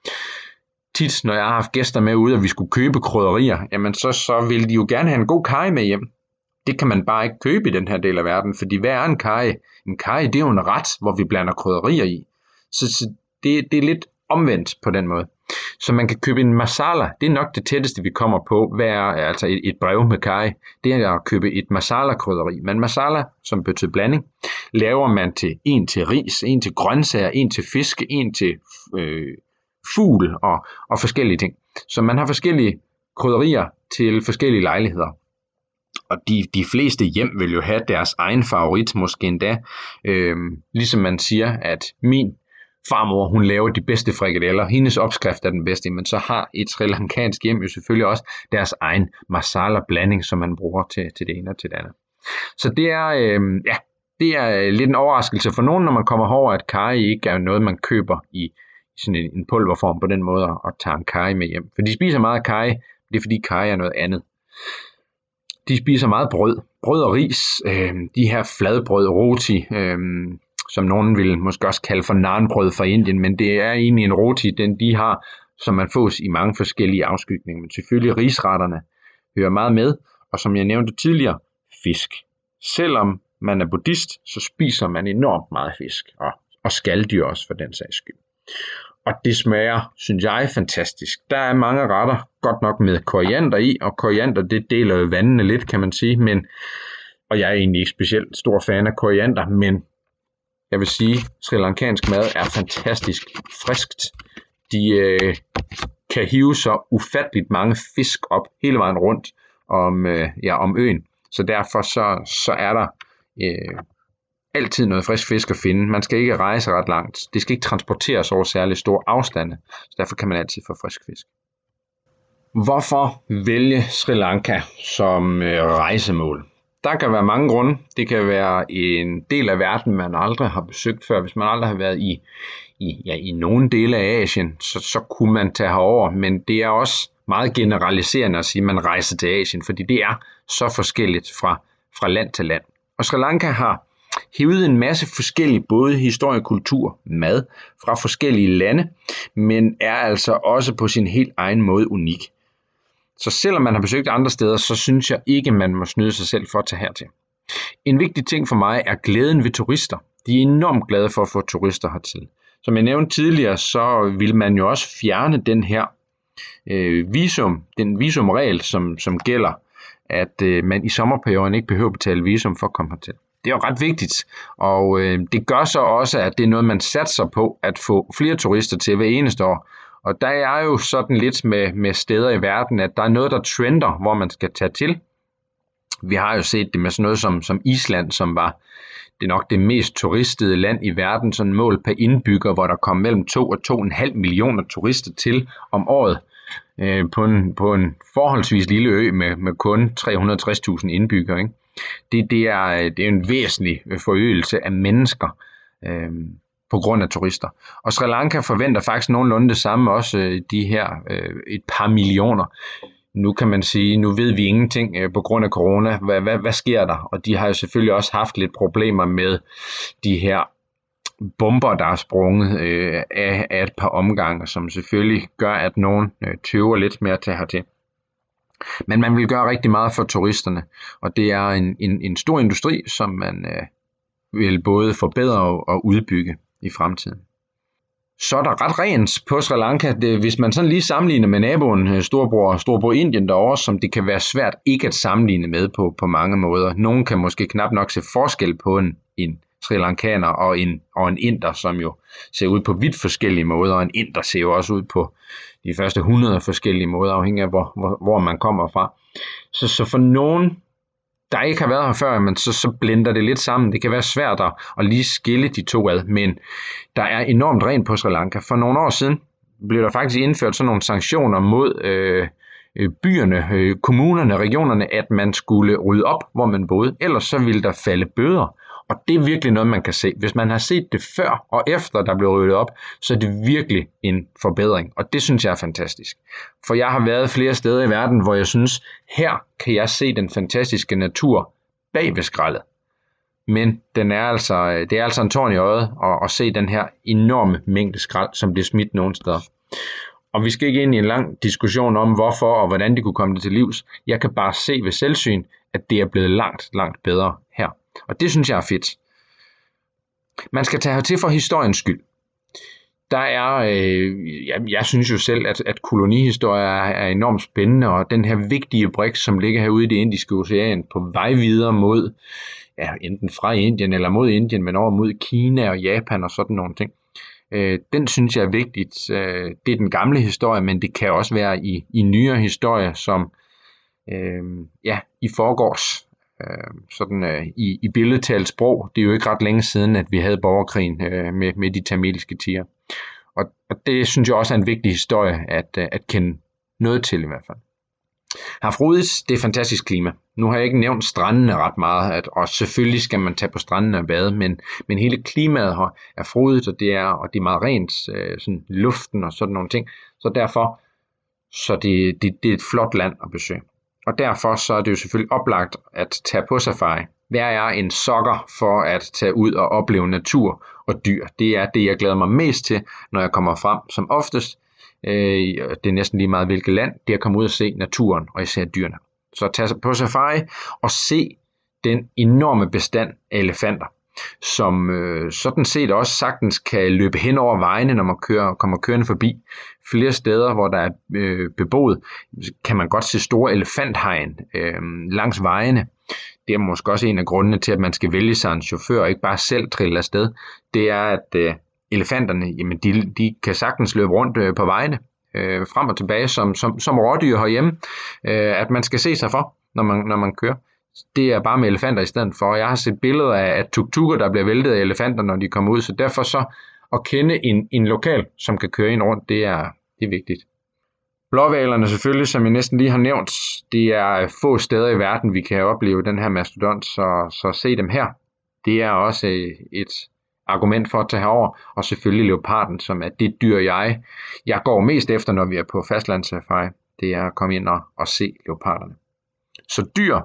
Tit, når jeg har haft gæster med ude, og vi skulle købe krydderier, jamen så ville de jo gerne have en god karry med hjem. Det kan man bare ikke købe i den her del af verden, fordi hvad er en karry? En karry, det er jo en ret, hvor vi blander krydderier i. Så det er lidt omvendt på den måde. Så man kan købe en masala, det er nok det tætteste, vi kommer på, hvad er altså et brev med karry, det er at købe et masala-krydderi. Men masala, som betyder blanding, laver man til en til ris, en til grøntsager, en til fisk, en til fugl og forskellige ting. Så man har forskellige krydderier til forskellige lejligheder. Og de fleste hjem vil jo have deres egen favorit, måske endda. Ligesom man siger, at min farmor, hun laver de bedste frikadeller. Hendes opskrift er den bedste, men så har et sri lankansk hjem jo selvfølgelig også deres egen masala-blanding, som man bruger til det ene og til det andet. Så det er, det er lidt en overraskelse for nogen, når man kommer over, at karry ikke er noget, man køber i sådan en pulverform på den måde, og tager en karry med hjem. For de spiser meget karry, det er fordi karry er noget andet. De spiser meget brød og ris, de her fladbrød, roti, som nogen vil måske også kalde for naanbrød fra Indien, men det er egentlig en roti, den de har, som man fås i mange forskellige afskygninger. Men selvfølgelig risretterne hører meget med, og som jeg nævnte tidligere, fisk. Selvom man er buddhist, så spiser man enormt meget fisk, og skaldyr også for den sags skyld. Og det smager, synes jeg, fantastisk. Der er mange retter, godt nok med koriander i, og koriander, det deler jo vandene lidt, kan man sige, og jeg er egentlig ikke specielt stor fan af koriander, men jeg vil sige, sri lankansk mad er fantastisk friskt. De kan hive så ufatteligt mange fisk op hele vejen rundt om øen. Så derfor så er der altid noget frisk fisk at finde. Man skal ikke rejse ret langt. Det skal ikke transporteres over særlig store afstande. Så derfor kan man altid få frisk fisk. Hvorfor vælge Sri Lanka som rejsemål? Der kan være mange grunde. Det kan være en del af verden, man aldrig har besøgt før. Hvis man aldrig har været i nogle dele af Asien, så kunne man tage herover. Men det er også meget generaliserende at sige, at man rejser til Asien, fordi det er så forskelligt fra land til land. Og Sri Lanka har hivet en masse forskellige, både historie, kultur, mad fra forskellige lande, men er altså også på sin helt egen måde unik. Så selvom man har besøgt andre steder, så synes jeg ikke, man må snyde sig selv for at tage hertil. En vigtig ting for mig er glæden ved turister. De er enormt glade for at få turister hertil. Som jeg nævnte tidligere, så vil man jo også fjerne den her den visumregel, som gælder, at man i sommerperioden ikke behøver at betale visum for at komme hertil. Det er jo ret vigtigt, og det gør så også, at det er noget, man satser på at få flere turister til hver eneste år. Og der er jo sådan lidt med steder i verden, at der er noget, der trender, hvor man skal tage til. Vi har jo set det med sådan noget som Island, som var det nok det mest turistede land i verden, sådan mål per indbygger, hvor der kom mellem 2 og 2,5 millioner turister til om året på en forholdsvis lille ø med kun 360.000 indbyggere. Ikke? Det er en væsentlig forøgelse af mennesker på grund af turister. Og Sri Lanka forventer faktisk nogenlunde det samme, også de her et par millioner. Nu kan man sige, nu ved vi ingenting på grund af corona. Hvad sker der? Og de har jo selvfølgelig også haft lidt problemer med de her bomber, der er sprunget af et par omgange, som selvfølgelig gør, at nogen tøver lidt med at tage hertil. Men man vil gøre rigtig meget for turisterne, og det er en stor industri, som man vil både forbedre og udbygge i fremtiden. Så er der ret rent på Sri Lanka. Hvis man sådan lige sammenligner med naboen Storbror Indien derovre, som det kan være svært ikke at sammenligne med på mange måder. Nogen kan måske knap nok se forskel på en Sri Lankaner og en inder, som jo ser ud på vidt forskellige måder, og en inder ser jo også ud på de første 100 forskellige måder, afhængig af hvor man kommer fra. Så for nogen, der ikke har været her før, men så blender det lidt sammen. Det kan være svært at lige skille de to ad, men der er enormt rent på Sri Lanka. For nogle år siden blev der faktisk indført sådan nogle sanktioner mod byerne, kommunerne, regionerne, at man skulle rydde op, hvor man boede. Ellers så ville der falde bøder. Og det er virkelig noget, man kan se. Hvis man har set det før og efter, der blev ryddet op, så er det virkelig en forbedring. Og det synes jeg er fantastisk. For jeg har været flere steder i verden, hvor jeg synes, her kan jeg se den fantastiske natur bag ved skraldet. Men det er altså en tårn i øjet at se den her enorme mængde skrald, som bliver smidt nogle steder. Og vi skal ikke ind i en lang diskussion om, hvorfor og hvordan de kunne komme det til livs. Jeg kan bare se ved selvsyn, at det er blevet langt, langt bedre her. Og det synes jeg er fedt. Man skal tage hertil for historiens skyld. Der er, jeg synes jo selv, at kolonihistorie er enormt spændende, og den her vigtige brik, som ligger herude i det Indiske Ocean, på vej videre mod, enten fra Indien eller mod Indien, men over mod Kina og Japan og sådan nogle ting. Den synes jeg er vigtigt. Det er den gamle historie, men det kan også være i nyere historie, som i forgårs. I billedtalt sprog. Det er jo ikke ret længe siden, at vi havde borgerkrigen med de tamilske tiger. Og det synes jeg også er en vigtig historie at kende noget til i hvert fald. Afrodis, det er fantastisk klima. Nu har jeg ikke nævnt strandene ret meget, og selvfølgelig skal man tage på strandene og bade, men hele klimaet her er frodigt, og det er meget rent, sådan luften og sådan nogle ting. Så derfor så det er et flot land at besøge. Og derfor så er det jo selvfølgelig oplagt at tage på safari. Hvad er en sokker for at tage ud og opleve natur og dyr? Det er det, jeg glæder mig mest til, når jeg kommer frem som oftest. Det er næsten lige meget hvilket land, det er at komme ud og se naturen og især dyrene. Så tage på safari og se den enorme bestand af elefanter, som sådan set også sagtens kan løbe hen over vejene, når man kommer kørende forbi. Flere steder, hvor der er beboet, kan man godt se store elefanthegn langs vejene. Det er måske også en af grundene til, at man skal vælge sig en chauffør og ikke bare selv trille afsted. Det er, at elefanterne, jamen de kan sagtens løbe rundt på vejene, frem og tilbage som rådyr herhjemme, at man skal se sig for, når man kører. Det er bare med elefanter i stedet for. Jeg har set billeder af tuk-tukker, der bliver væltet af elefanter, når de kommer ud, så derfor så at kende en lokal, som kan køre ind rundt, det er vigtigt. Blåhvalerne selvfølgelig, som jeg næsten lige har nævnt, det er få steder i verden, vi kan opleve den her mastodont, så se dem her. Det er også et argument for at tage herover, og selvfølgelig leoparden, som er det dyr, jeg går mest efter, når vi er på fastlandssafari. Det er at komme ind og se leoparderne. Så dyr,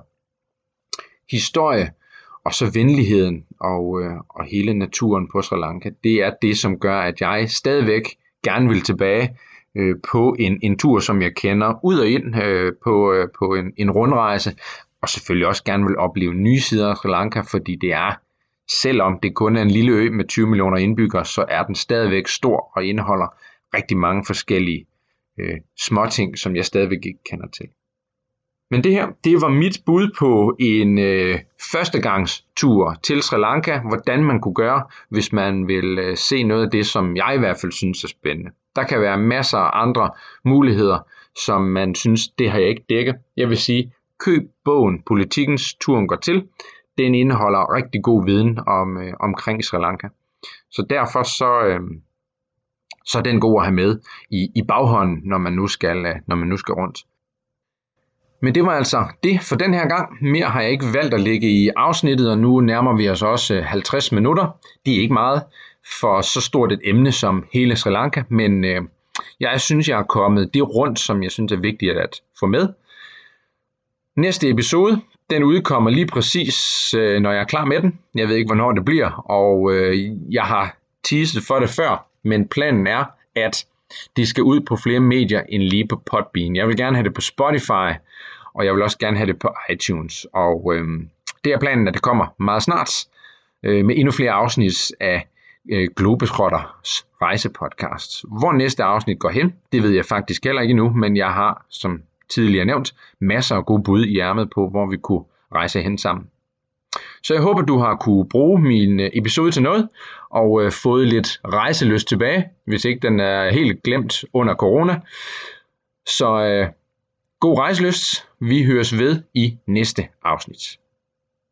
historie og så venligheden og hele naturen på Sri Lanka, det er det, som gør, at jeg stadigvæk gerne vil tilbage på en tur, som jeg kender ud og ind på en rundrejse, og selvfølgelig også gerne vil opleve nye sider af Sri Lanka, fordi det er, selvom det kun er en lille ø med 20 millioner indbyggere, så er den stadigvæk stor og indeholder rigtig mange forskellige småting, som jeg stadigvæk ikke kender til. Men det her, det var mit bud på en førstegangstur til Sri Lanka, hvordan man kunne gøre, hvis man vil se noget af det, som jeg i hvert fald synes er spændende. Der kan være masser af andre muligheder, som man synes, det har jeg ikke dækket. Jeg vil sige, køb bogen Politikens Turen går til. Den indeholder rigtig god viden omkring Sri Lanka. Så derfor så er den god at have med i baghånden, når man nu skal rundt. Men det var altså det for den her gang. Mere har jeg ikke valgt at lægge i afsnittet, og nu nærmer vi os også 50 minutter. Det er ikke meget for så stort et emne som hele Sri Lanka, men jeg synes, jeg er kommet det rundt, som jeg synes er vigtigt at få med. Næste episode, den udkommer lige præcis, når jeg er klar med den. Jeg ved ikke, hvornår det bliver, og jeg har teaset for det før, men planen er, at det skal ud på flere medier end lige på Podbean. Jeg vil gerne have det på Spotify, og jeg vil også gerne have det på iTunes. Og det er planen, at det kommer meget snart med endnu flere afsnit af Globetrotters rejsepodcast. Hvor næste afsnit går hen, det ved jeg faktisk heller ikke endnu, men jeg har, som tidligere nævnt, masser af gode bud i ærmet på, hvor vi kunne rejse hen sammen. Så jeg håber, du har kunne bruge min episode til noget, og fået lidt rejselyst tilbage, hvis ikke den er helt glemt under corona. Så god rejselyst. Vi høres ved i næste afsnit.